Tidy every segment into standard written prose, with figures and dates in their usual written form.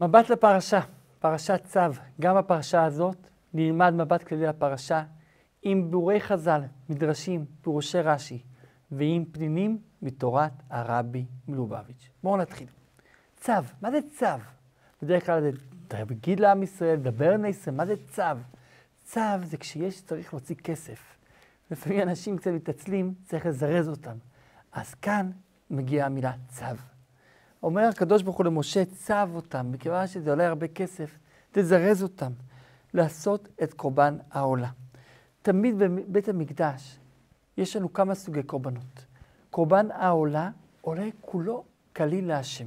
מבט לפרשה, פרשת צו. גם בפרשה הזאת נלמד מבט כללי לפרשה עם ביאורי חז"ל, מדרשים, פירושי רש"י, ועם פנינים מתורת הרבי מלובביץ'. בואו נתחיל. צו, מה זה צו? בדרך כלל זה תגיד לעם ישראל, דבר לבני ישראל, מה זה צו? צו זה צריך להוציא כסף. לפעמים אנשים קצת מתעצלים, צריך לזרז אותם. אז כאן מגיעה המילה צו. אומר הקדוש ברוך הוא למשה, צו אותם, מכיוון שזה עולה הרבה כסף, תזרז אותם, לעשות את קורבן העולה. תמיד בבית המקדש יש לנו כמה סוגי קורבנות. קורבן העולה עולה כולו כליל להשם.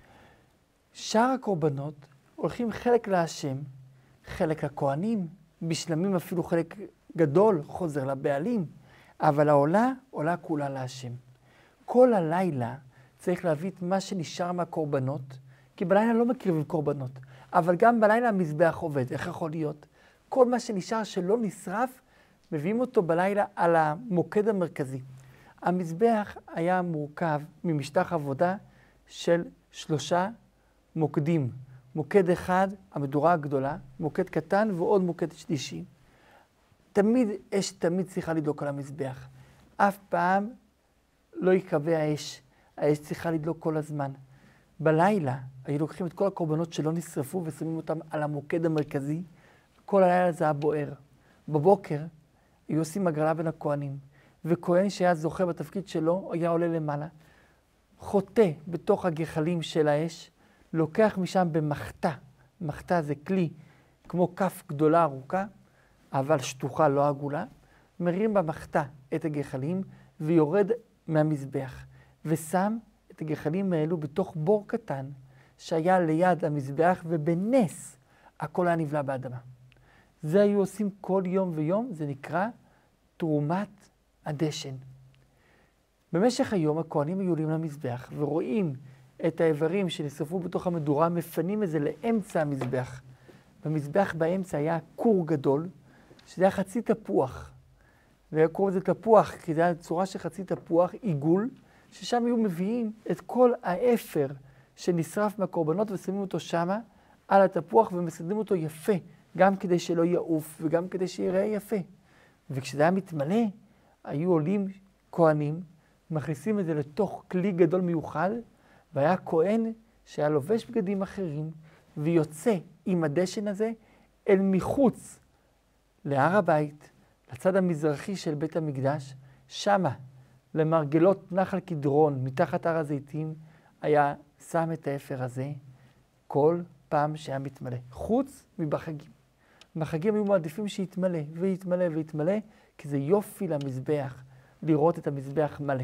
שאר הקורבנות הולכים חלק להשם, חלק לכהנים, בשלמים אפילו חלק גדול חוזר לבעלים, אבל העולה עולה כולה להשם. כל הלילה צריך להביא את מה שנשאר מהקורבנות, כי בלילה לא מקריבים קורבנות, אבל גם בלילה המזבח עובד. איך יכול להיות? כל מה שנשאר שלא נשרף, מביאים אותו בלילה על המוקד המרכזי. המזבח היה מורכב ממשטח עבודה של 3 מוקדים. מוקד אחד, המדורה הגדולה, מוקד קטן ועוד מוקד שלישי. אש תמיד צריכה לדלוק על המזבח. אף פעם לא יקווה האש. האש צריכה לדלוק כל הזמן. בלילה היו לוקחים את כל הקורבנות שלא נשרפו ושמים אותם על המוקד המרכזי. כל הלילה זה היה בוער. בבוקר היו עושים הגרלה בין הכהנים, וכהן שהיה זוכה בתפקיד שלו היה עולה למעלה, חוטא בתוך הגחלים של האש, לוקח משם במחתה. מחתה זה כלי כמו כף גדולה ארוכה, אבל שטוחה לא עגולה, מרים במחתה את הגחלים ויורד מהמזבח, ושם את הגחלים האלו בתוך בור קטן שהיה ליד המזבח, ובנס הכל היה נבלע באדמה. זה היו עושים כל יום ויום, זה נקרא תרומת הדשן. במשך היום הכהנים היו עולים למזבח ורואים את האיברים שנשרפו בתוך המדורה, מפנים את זה לאמצע המזבח. במזבח באמצע היה כור גדול, שזה היה חצי תפוח. וקוראים לזה תפוח, כי זה היה צורה של חצי תפוח, עיגול, ששם היו מביאים את כל האפר שנשרף מהקורבנות ושמים אותו שמה על התפוח ומסדרים אותו יפה, גם כדי שלא יעוף וגם כדי שיראה יפה. וכשזה היה מתמלא, היו עולים כהנים, מכניסים את זה לתוך כלי גדול מיוחד, והיה כהן שהיה לובש בגדים אחרים, ויוצא עם הדשן הזה אל מחוץ להר הבית, לצד המזרחי של בית המקדש, שמה, למרגלות נחל קדרון, מתחת הר הזיתים, היה שם את האפר הזה כל פעם שהיה מתמלא, חוץ מבחגים. בחגים היו מעדיפים שיתמלא ויתמלא ויתמלא, כי זה יופי למזבח, לראות את המזבח מלא.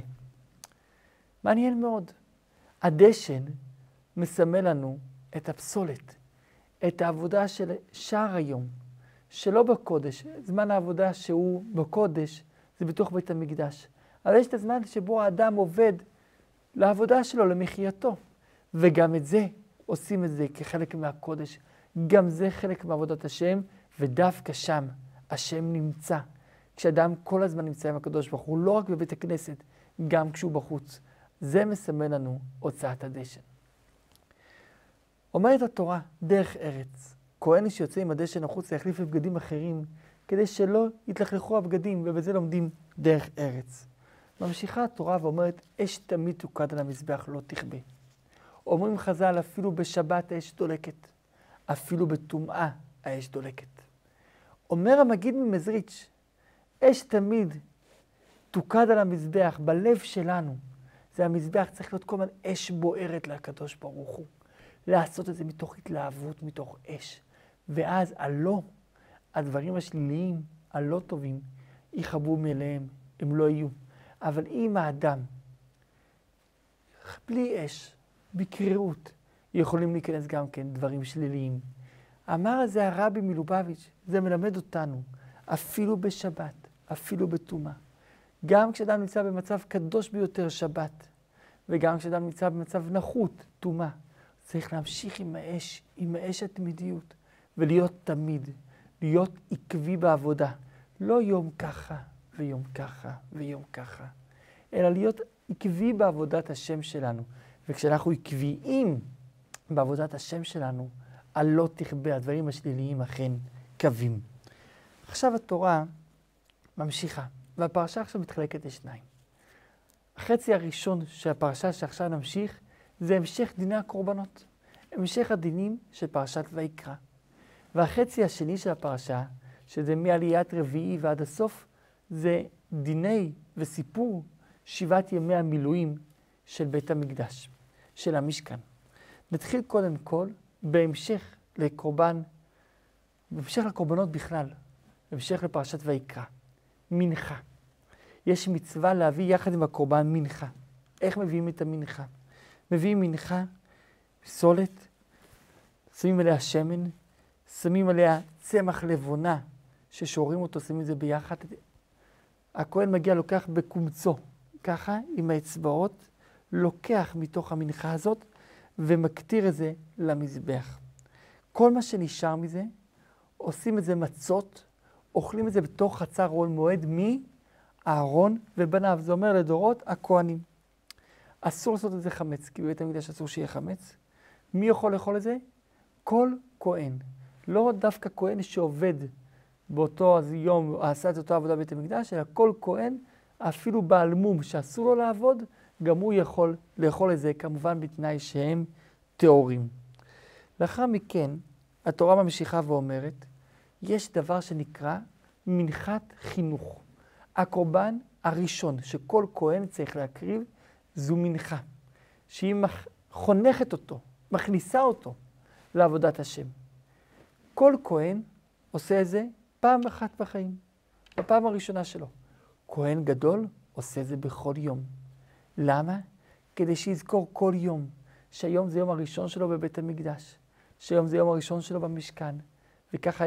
מעניין מאוד. הדשן מסמל לנו את הפסולת, את העבודה של שער היום, שלא בקודש. זמן העבודה שהוא בקודש זה בתוך בית המקדש. אבל יש את הזמן שבו האדם עובד לעבודה שלו, למחייתו. וגם את זה עושים את זה כחלק מהקודש. גם זה חלק מעבודת השם, ודווקא שם השם נמצא. כשאדם כל הזמן נמצא עם הקדוש ברוך הוא, לא רק בבית הכנסת, גם כשהוא בחוץ. זה מסמן לנו הוצאת הדשן. אומרת התורה, דרך ארץ. כהן שיוצא עם הדשן החוץ להחליף לבגדים אחרים, כדי שלא יתלכלכו הבגדים, ובזה לומדים דרך ארץ. ממשיכה התורה ואומרת, אש תמיד תוקד על המזבח, לא תכבה. אומרים חז"ל, אפילו בשבת האש דולקת, אפילו בטומאה האש דולקת. אומר המגיד ממזריץ', אש תמיד תוקד על המזבח, בלב שלנו. זה המזבח צריך להיות כל הזמן אש בוערת לקדוש ברוך הוא. לעשות את זה מתוך התלהבות, מתוך אש. ואז הדברים השליליים, הלא טובים, יחברו מאליהם, הם לא יהיו. אבל אם האדם, בלי אש, בקרירות, יכולים להיכנס גם כן דברים שליליים. אמר הזה הרבי מלובביץ', זה מלמד אותנו, אפילו בשבת, אפילו בטומאה. גם כשאדם נמצא במצב קדוש ביותר שבת, וגם כשאדם נמצא במצב נחות, טומאה, צריך להמשיך עם האש התמידיות, ולהיות תמיד, להיות עקבי בעבודה. לא יום ככה, ויום ככה, ויום ככה, אלא להיות עקבי בעבודת השם שלנו. וכשאנחנו עקביים בעבודת השם שלנו, הלא תכבה, הדברים השליליים אכן קווים. עכשיו התורה ממשיכה, והפרשה עכשיו מתחלקת לשניים. החצי הראשון של הפרשה שעכשיו נמשיך, זה המשך דיני הקורבנות. המשך הדינים של פרשת ויקרא. והחצי השני של הפרשה, שזה מעליית רביעי ועד הסוף, זה דיני וסיפור 7 ימי המילואים של בית המקדש, של המשכן. נתחיל קודם כל בהמשך לקורבנות בכלל, בהמשך לפרשת ויקרא, מנחה. יש מצווה להביא יחד עם הקורבן מנחה. איך מביאים את המנחה? מביאים מנחה, סולת, שמים עליה שמן, שמים עליה צמח לבונה, ששורים אותו, שמים את זה ביחד. הכהן מגיע, לוקח בקומצו, ככה עם האצבעות, לוקח מתוך המנחה הזאת, ומקטיר את זה למזבח. כל מה שנשאר מזה, עושים את זה מצות, אוכלים את זה בתוך חצר אוהל מועד מאהרון ובניו. זה אומר לדורות הכהנים. אסור לעשות את זה חמץ, כי בבית המקדש אסור שיהיה חמץ. מי יכול לאכול את זה? כל כהן. לא דווקא כהן שעובד באותו יום, עשה את אותו עבודה בבית המקדש, אלא כל כהן, אפילו בעל מום שאסור לו לעבוד, גם הוא יכול לאכול את זה, כמובן בתנאי שהם טהורים. לאחר מכן, התורה ממשיכה ואומרת, יש דבר שנקרא מנחת חינוך. הקורבן הראשון שכל כהן צריך להקריב, זו מנחה, שהיא חונכת אותו, מכניסה אותו לעבודת השם. כל כהן עושה את זה פעם אחת בחיים, בפעם הראשונה שלו. כהן גדול עושה את זה בכל יום. למה? כדי שיזכור כל יום, שהיום זה יום הראשון שלו בבית המקדש, שהיום זה יום הראשון שלו במשכן, וככה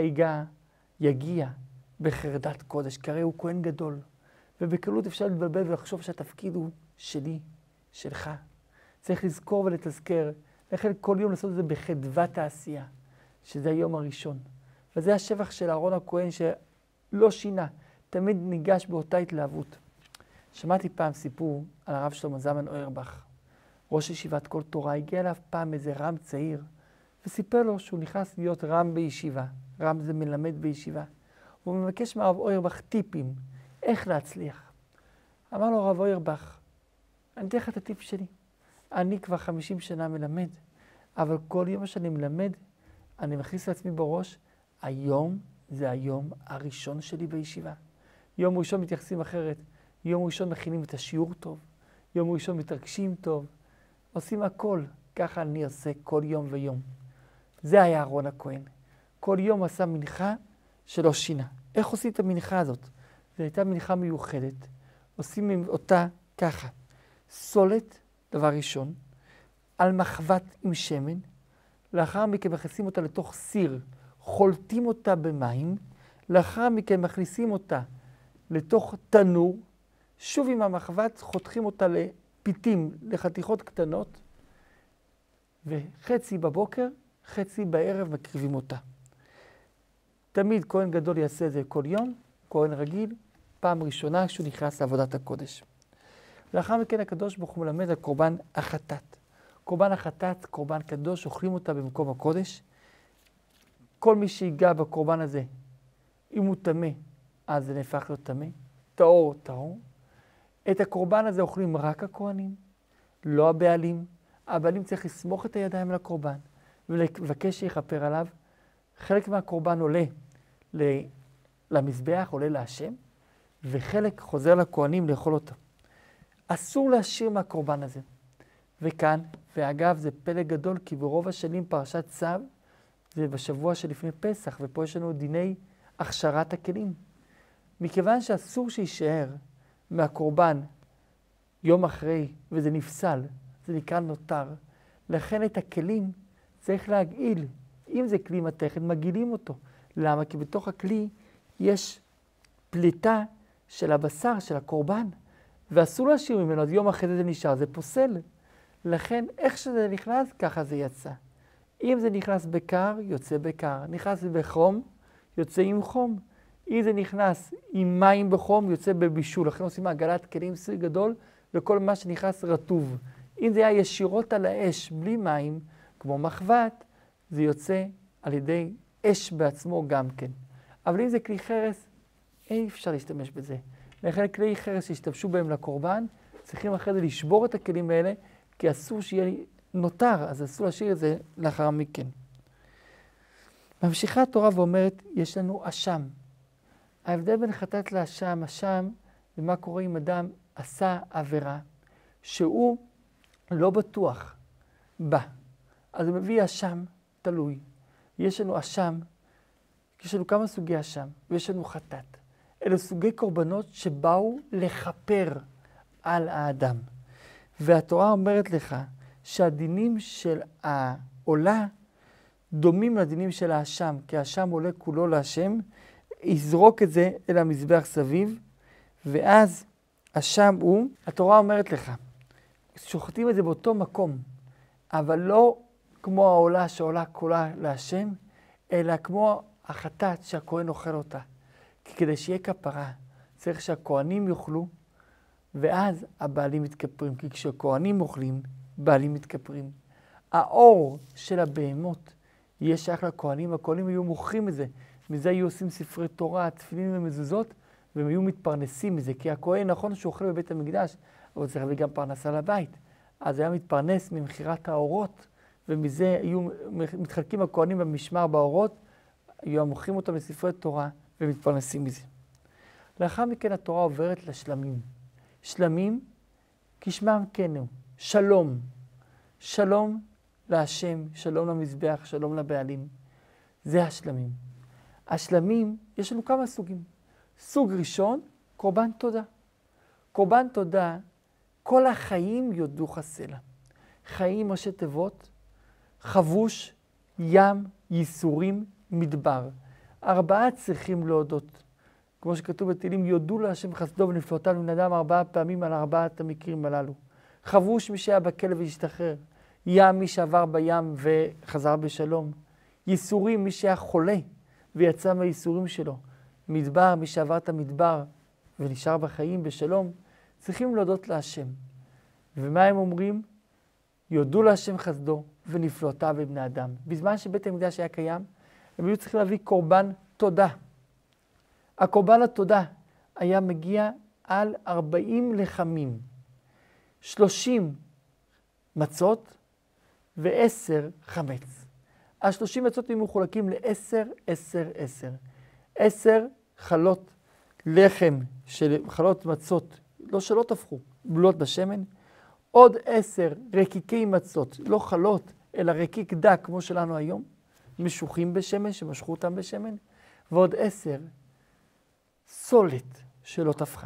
יגיע בחרדת קודש, כי הרי הוא כהן גדול, ובקלות אפשר להתבלבל ולחשוב שהתפקיד הוא שלי, שלך. צריך לזכור ולתזכר, לכן כל יום לעשות את זה בחדוות העשייה, שזה היום הראשון. וזה השבח של אהרון הכהן שלא שינה, תמיד ניגש באותה התלהבות. שמעתי פעם סיפור על הרב שלמה זלמן אוירבך, ראש ישיבת כל תורה. הגיע אליו פעם איזה רם צעיר, וסיפר לו שהוא נכנס להיות רם בישיבה. רם זה מלמד בישיבה. הוא מבקש מהרב אוירבך טיפים, איך להצליח. אמר לו הרב אוירבך, אני אתן לך את הטיפ שלי. אני כבר 50 שנה מלמד, אבל כל יום שאני מלמד, אני מכניס לעצמי בראש, היום זה היום הראשון שלי בישיבה. יום ראשון מתייחסים אחרת. יום ראשון מכינים את השיעור טוב. יום ראשון מתרגשים טוב. עושים הכל. ככה אני עושה כל יום ויום. זה היה אהרון הכהן. כל יום עשה מנחה שלא שינה. איך עושים את המנחה הזאת? זו הייתה מנחה מיוחדת. עושים אותה ככה. סולת, דבר ראשון, על מחבת עם שמן. לאחר מכן מכניסים אותה לתוך סיר. חולטים אותה במים. לאחר מכן מכניסים אותה לתוך תנור. שוב עם המחבת חותכים אותה לפיתים, לחתיכות קטנות. וחצי בבוקר, חצי בערב מקריבים אותה. תמיד כהן גדול יעשה את זה כל יום, כהן רגיל, פעם ראשונה כשהוא נכנס לעבודת הקודש. לאחר מכן הקדוש ברוך הוא מלמד על קורבן החטאת. קורבן החטאת, קורבן קדוש, אוכלים אותה במקום הקודש. כל מי שיגע בקורבן הזה, אם הוא טמא, אז זה נהפך להיות טמא. טהור, טהור. את הקורבן הזה אוכלים רק הכהנים, לא הבעלים. הבעלים צריך לסמוך את הידיים על הקורבן ולבקש שיכפר עליו. חלק מהקורבן עולה למזבח, עולה להשם, וחלק חוזר לכהנים לאכול אותו. אסור להשאיר מהקורבן הזה. וכאן, ואגב, זה פלא גדול, כי ברוב השנים פרשת צו, זה בשבוע שלפני פסח, ופה יש לנו דיני הכשרת הכלים. מכיוון שאסור שישאר מהקורבן יום אחרי, וזה נפסל, זה נקרא נותר, לכן את הכלים צריך להגעיל. אם זה כלי מתכת, מגעילים אותו. למה? כי בתוך הכלי יש פליטה של הבשר, של הקורבן, ואסור להשאיר ממנו, אז יום אחרי זה נשאר, זה פוסל. לכן, איך שזה נכנס, ככה זה יצא. אם זה נכנס בקר, יוצא בקר. נכנס בחום, יוצא עם חום. אם זה נכנס עם מים בחום, יוצא בבישול. לכן עושים מעגלת כלים סיר גדול, וכל מה שנכנס רטוב. אם זה היה ישירות על האש, בלי מים, כמו מחבת, זה יוצא על ידי אש בעצמו גם כן. אבל אם זה כלי חרס, אי אפשר להשתמש בזה. לכן כלי חרס שהשתמשו בהם לקורבן, צריכים אחרי זה לשבור את הכלים האלה, כי אסור שיהיה נותר, אז אסור להשאיר את זה לאחר מכן. ממשיכה התורה ואומרת, יש לנו אשם. ההבדל בין חטאת לאשם, אשם, ומה קורה אם אדם עשה עבירה, שהוא לא בטוח בה. אז הוא מביא אשם תלוי. יש לנו אשם, יש לנו כמה סוגי אשם, ויש לנו חטאת. אלו סוגי קורבנות שבאו לחפר על האדם. והתורה אומרת לך שהדינים של העולה דומים לדינים של האשם, כי האשם עולה כולו להשם, יזרוק את זה אל המזבח סביב, ואז אשם הוא, התורה אומרת לך, שוחטים את זה באותו מקום, אבל לא כמו העולה שעולה כולה להשם, אלא כמו החטאת שהכהן אוכל אותה. כי כדי שיהיה כפרה, צריך שהכהנים יאכלו, ואז הבעלים מתכפרים. כי כשכהנים אוכלים, בעלים מתכפרים. האור של הבהמות יהיה שייך לכהנים, הכהנים היו מוכרים את זה. מזה היו עושים ספרי תורה, תפילין ומזוזות, והם היו מתפרנסים מזה. כי הכהן, נכון שהוא אוכל בבית המקדש, אבל צריך להביא גם פרנסה לבית. אז היה מתפרנס ממכירת האורות, ומזה היו מתחלקים הכהנים במשמר באורות, היו מוכרים אותם לספרי תורה ומתפרנסים מזה. לאחר מכן התורה עוברת לשלמים. שלמים, כשמם כן הוא, שלום. שלום להשם, שלום למזבח, שלום לבעלים. זה השלמים. השלמים, יש לנו כמה סוגים. סוג ראשון, קורבן תודה. קורבן תודה, כל החיים יודוך הסלע. חיים ראשי תיבות, חבוש, ים, ייסורים, מדבר. 4 צריכים להודות. כמו שכתוב בתהילים, יודו להשם חסדו ונפלאותיו לבני אדם 4 פעמים על 4 המקרים הללו. חבוש מי שהיה בכלא והשתחרר. ים מי שעבר בים וחזר בשלום. ייסורים מי שהיה חולה ויצא מהייסורים שלו. מדבר מי שעבר את המדבר ונשאר בחיים בשלום. צריכים להודות להשם. ומה הם אומרים? יודו להשם חסדו ונפלאותיו לבני אדם. בזמן שבית המקדש היה קיים, הם היו צריכים להביא קורבן תודה. הקורבן התודה היה מגיע על 40 לחמים, 30 מצות ו10 חמץ. ה-30 מצות היו מחולקים ל10, 10, 10. 10 חלות לחם, חלות מצות, לא שלא תפחו, בלולות בשמן. עוד 10 רקיקי מצות, לא חלות, אלא רקיק דק כמו שלנו היום, משוחים בשמן, שמשכו אותם בשמן. ועוד 10 סולת שלא תפחה.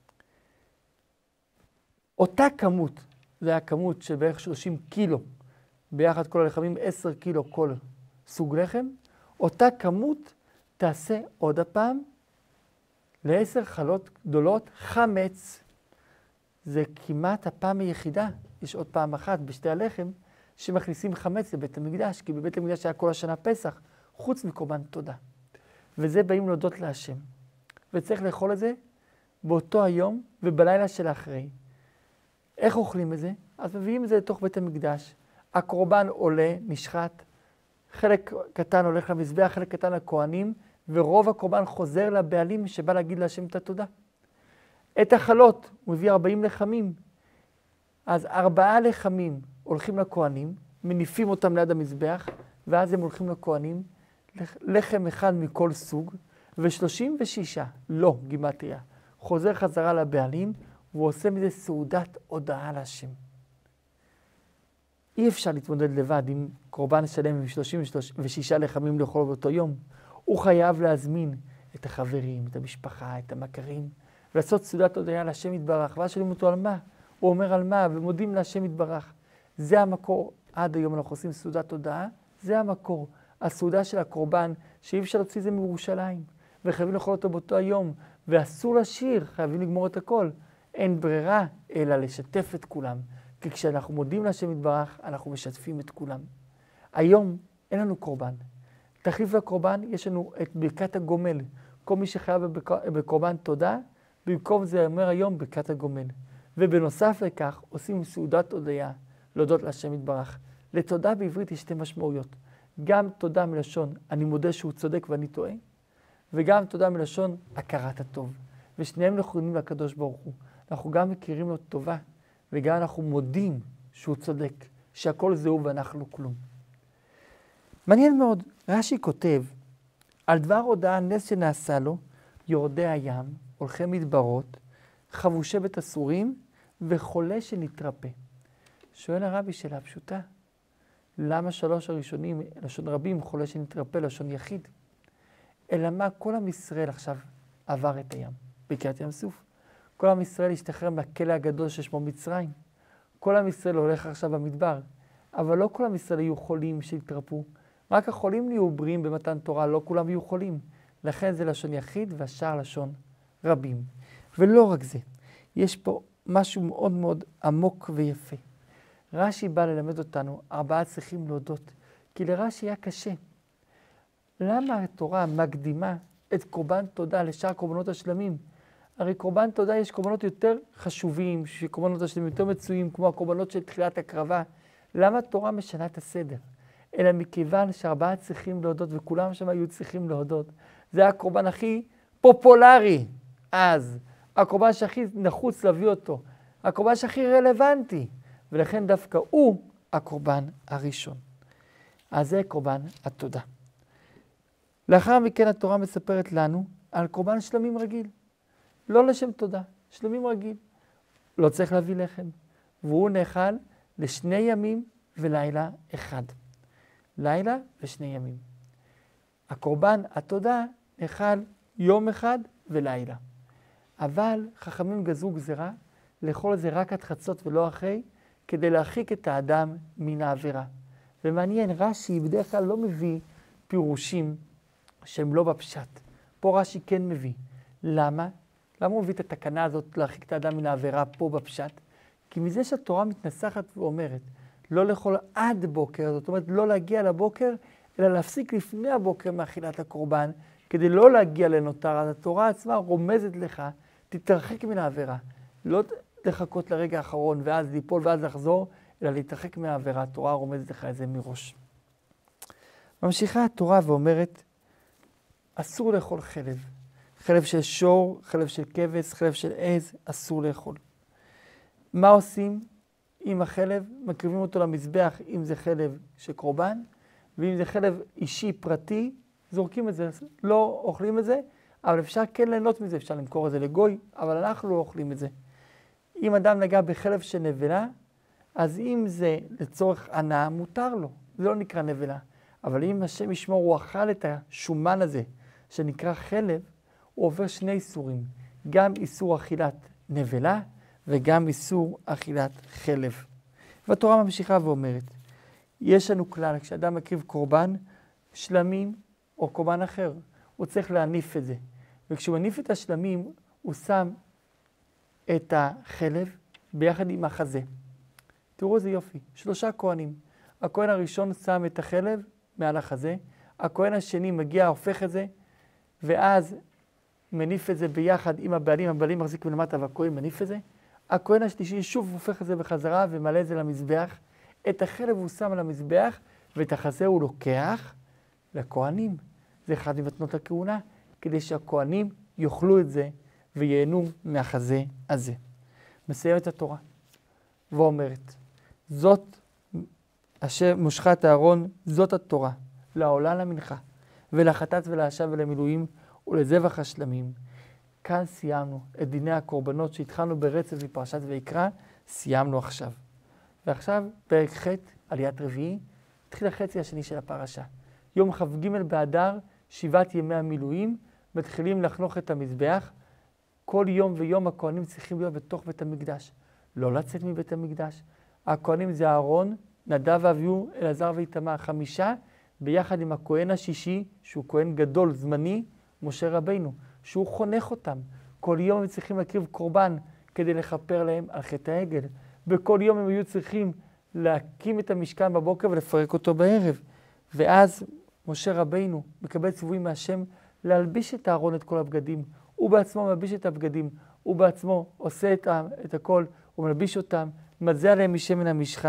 אותה כמות, זה היה כמות של בערך 30 קילו, ביחד כל הלחמים 10 קילו כל סוג לחם, אותה כמות תעשה עוד הפעם ל10 חלות גדולות חמץ. זה כמעט הפעם היחידה, יש עוד פעם אחת בשתי הלחם, שמכניסים חמץ לבית המקדש, כי בבית המקדש היה כל השנה פסח, חוץ מקורבן תודה. וזה באים להודות להשם. וצריך לאכול את זה באותו היום ובלילה של האחרי. איך אוכלים את זה? אז מביאים את זה לתוך בית המקדש. הקורבן עולה, נשחט, חלק קטן הולך למזבח, חלק קטן לכהנים, ורוב הקורבן חוזר לבעלים שבא להגיד להשם את התודה. את החלות, הוא מביא 40 לחמים. אז 4 לחמים הולכים לכהנים, מניפים אותם ליד המזבח, ואז הם הולכים לכהנים, לחם אחד מכל סוג, ו36, לא גימטריה, חוזר חזרה לבעלים, והוא עושה מזה סעודת הודאה להשם. אי אפשר להתמודד לבד עם קורבן שלם עם 36 לחמים לאכול באותו יום. הוא חייב להזמין את החברים, את המשפחה, את המכרים, ולעשות סעודת הודאה להשם יתברך. ואז שואלים אותו על מה? הוא אומר על מה, ומודים להשם יתברך. זה המקור. עד היום אנחנו עושים סעודת הודאה, זה המקור. הסעודה של הקורבן, שאי אפשר להוציא זה מירושלים, וחייבים לאכול אותו באותו היום, ואסור לשיר, חייבים לגמור את הכל. אין ברירה, אלא לשתף את כולם. כי כשאנחנו מודים להשם יתברך, אנחנו משתפים את כולם. היום אין לנו קורבן. תחליף לקורבן, יש לנו את ברכת הגומל. כל מי שחייב בקורבן תודה, במקום זה אומר היום ברכת הגומל. ובנוסף לכך, עושים סעודת הודיה, להודות להשם יתברך. לתודה בעברית יש שתי משמעויות. גם תודה מלשון אני מודה שהוא צודק ואני טועה, וגם תודה מלשון הכרת הטוב. ושניהם נכונים לקדוש ברוך הוא. אנחנו גם מכירים לו טובה, וגם אנחנו מודים שהוא צודק, שהכל זהו ואנחנו כלום. מעניין מאוד, רש"י כותב, על דבר הודעה נס שנעשה לו, יורדי הים, הולכי מדברות, חבושי בית אסורים, וחולה שנתרפא. שואל הרבי שאלה פשוטה, למה שלוש הראשונים, לשון רבים, חולה שנתרפא, לשון יחיד? אלא מה, כל עם ישראל עכשיו עבר את הים, בקריעת ים סוף. כל עם ישראל השתחרר מהכלא הגדול ששמו מצרים. כל עם ישראל הולך עכשיו במדבר, אבל לא כל עם ישראל יהיו חולים שהתרפו. רק החולים נהיו בריאים במתן תורה, לא כולם יהיו חולים. לכן זה לשון יחיד והשאר לשון רבים. ולא רק זה, יש פה משהו מאוד מאוד עמוק ויפה. רש"י בא ללמד אותנו, 4 צריכים להודות, כי לרש"י היה קשה. למה התורה מקדימה את קורבן תודה לשאר קורבנות השלמים? הרי קורבן תודה יש קורבנות יותר חשובים, שקורבנות השלמים יותר מצויים, כמו הקורבנות של תחילת הקרבה. למה התורה משנה את הסדר? אלא מכיוון ש4 צריכים להודות, וכולם שם היו צריכים להודות. זה הקורבן הכי פופולרי אז. הקורבן שהכי נחוץ להביא אותו. הקורבן שהכי רלוונטי. ולכן דווקא הוא הקורבן הראשון. אז זה קורבן התודה. לאחר מכן התורה מספרת לנו על קורבן שלמים רגיל. לא לשם תודה, שלמים רגיל. לא צריך להביא לחם. והוא נאכל ל2 ימים ולילה אחד. לילה ו2 ימים. הקורבן התודה נאכל יום אחד ולילה. אבל חכמים גזרו גזרה לאכול את זה רק עד חצות ולא אחרי, כדי להרחיק את האדם מן העבירה. ומעניין, רש"י בדרך כלל לא מביא פירושים שהם לא בפשט. פה רש"י כן מביא. למה? למה הוא מביא את התקנה הזאת להרחיק את האדם מן העבירה פה בפשט? כי מזה שהתורה מתנסחת ואומרת, לא לאכול עד בוקר, זאת אומרת לא להגיע לבוקר, אלא להפסיק לפני הבוקר מאכילת הקורבן, כדי לא להגיע לנותר. אז התורה עצמה רומזת לך, תתרחק מן העבירה. לא לחכות לרגע האחרון ואז ליפול ואז לחזור, אלא להתרחק מן העבירה. התורה רומזת לך את זה מראש. ממשיכה התורה ואומרת, אסור לאכול חלב. חלב של שור, חלב של כבש, חלב של עז, אסור לאכול. מה עושים עם החלב? מקריבים אותו למזבח, אם זה חלב של קורבן, ואם זה חלב אישי פרטי, זורקים את זה, לא אוכלים את זה, אבל אפשר כן ליהנות מזה, אפשר למכור את זה לגוי, אבל אנחנו לא אוכלים את זה. אם אדם נגע בחלב של נבלה, אז אם זה לצורך הנאה, מותר לו, זה לא נקרא נבלה. אבל אם השם ישמור, הוא אכל את השומן הזה, שנקרא חלב, הוא עובר 2 איסורים, גם איסור אכילת נבלה, וגם איסור אכילת חלב. והתורה ממשיכה ואומרת, יש לנו כלל, כשאדם מקריב קורבן שלמים או קורבן אחר, הוא צריך להניף את זה. וכשהוא מניף את השלמים, הוא שם את החלב ביחד עם החזה. תראו איזה יופי, 3 כהנים. הכהן הראשון שם את החלב מעל החזה, הכהן השני מגיע, הופך את זה, ואז מניף את זה ביחד עם הבעלים, הבעלים מחזיק מלמטה והכהן מניף את זה. הכהן השלישי שוב הופך את זה בחזרה ומלא את זה למזבח. את החלב הוא שם על המזבח, ואת החזה הוא לוקח לכהנים. זה אחד ממתנות הכהונה, כדי שהכהנים יאכלו את זה וייהנו מהחזה הזה. מסיימת התורה ואומרת, זאת אשר מושחת הארון, זאת התורה, לעולה למנחה, ולחטאת ולהשב ולמילואים, ולזבח השלמים. כאן סיימנו את דיני הקורבנות שהתחלנו ברצף מפרשת ויקרא, סיימנו עכשיו. ועכשיו פרק ח' עליית רביעי, התחיל החצי השני של הפרשה. יום כ"ג באדר, 7 ימי המילואים, מתחילים לחנוך את המזבח. כל יום ויום הכהנים צריכים להיות בתוך בית המקדש. לא לצאת מבית המקדש. הכהנים זה אהרון, נדב ואביהו, אלעזר ואיתמר, 5, ביחד עם הכהן השישי, שהוא כהן גדול, זמני, משה רבינו, שהוא חונך אותם. כל יום הם צריכים להקריב קורבן כדי לכפר להם על חטא העגל. בכל יום הם היו צריכים להקים את המשכן בבוקר ולפרק אותו בערב. ואז משה רבינו מקבל ציווי מהשם להלביש את הארון את כל הבגדים. הוא בעצמו מלביש את הבגדים, הוא בעצמו עושה את הכל, הוא מלביש אותם, מזה עליהם משמן המשחה,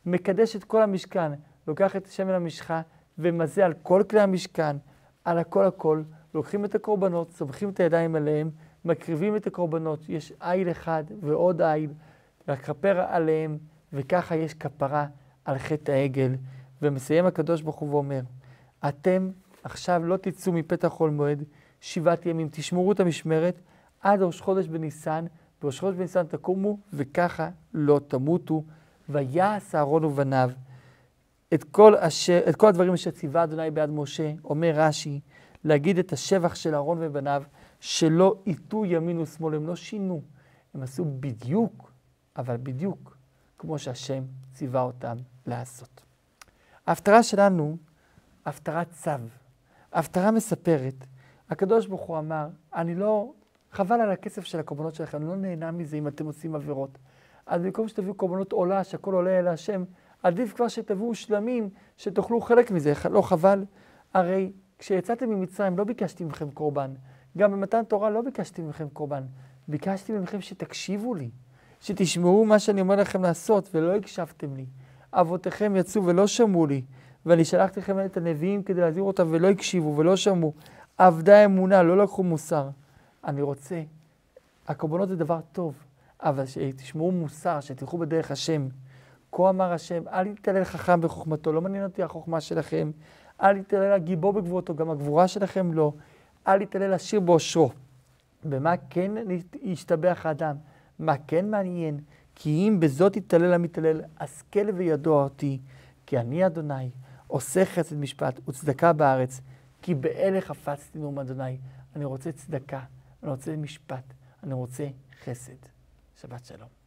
מקדש את כל המשכן, לוקח את שמן המשחה ומזה על כל כלי המשכן, על הכל, לוקחים את הקורבנות, סומכים את הידיים עליהם, מקריבים את הקורבנות, יש איל אחד ועוד איל, לכפר עליהם, וככה יש כפרה על חטא העגל. ומסיים הקדוש ברוך הוא ואומר, אתם עכשיו לא תצאו מפתח חול מועד 7 ימים, תשמרו את המשמרת עד ראש חודש בניסן, בראש חודש בניסן תקומו, וככה לא תמותו. ויעש אהרון ובניו את כל הדברים אשר ציווה אדוני ביד משה, אומר רש"י, להגיד את השבח של אהרון ובניו, שלא יטו ימין ושמאל, הם לא שינו, הם עשו בדיוק, אבל בדיוק, כמו שהשם ציווה אותם לעשות. ההפטרה שלנו, הפטרת צו. ההפטרה מספרת, הקדוש ברוך הוא אמר, חבל על הכסף של הקורבנות שלכם, אני לא נהנה מזה אם אתם עושים עבירות. אז במקום שתביאו קורבנות עולה, שהכל עולה אל השם, עדיף כבר שתביאו שלמים, שתאכלו חלק מזה, לא חבל. הרי כשיצאתם ממצרים לא ביקשתי מכם קורבן, גם במתן תורה לא ביקשתי מכם קורבן, ביקשתי מכם שתקשיבו לי, שתשמעו מה שאני אומר לכם לעשות ולא הקשבתם לי. אבותיכם יצאו ולא שמעו לי, ואני שלחתי לכם את הנביאים כדי להזהיר אותם ולא הקשיבו ולא שמעו. עבדה אמונה, לא לקחו מוסר. אני רוצה, הקורבנות זה דבר טוב, אבל שתשמעו מוסר, שתלכו בדרך השם. כה אמר השם, אל יתהלל חכם בחוכמתו, לא מעניין אותי החוכמה שלכם. אל יתהלל גיבור בגבורתו, גם הגבורה שלכם לא. אל יתהלל עשיר בעושרו. במה כן ישתבח האדם? מה כן מעניין? כי אם בזאת יתהלל המתהלל, השכל וידוע אותי, כי אני אדוני, עושה חסד משפט וצדקה בארץ, כי באלה חפצתי נאום אדוני. אני רוצה צדקה, אני רוצה משפט, אני רוצה חסד. שבת שלום.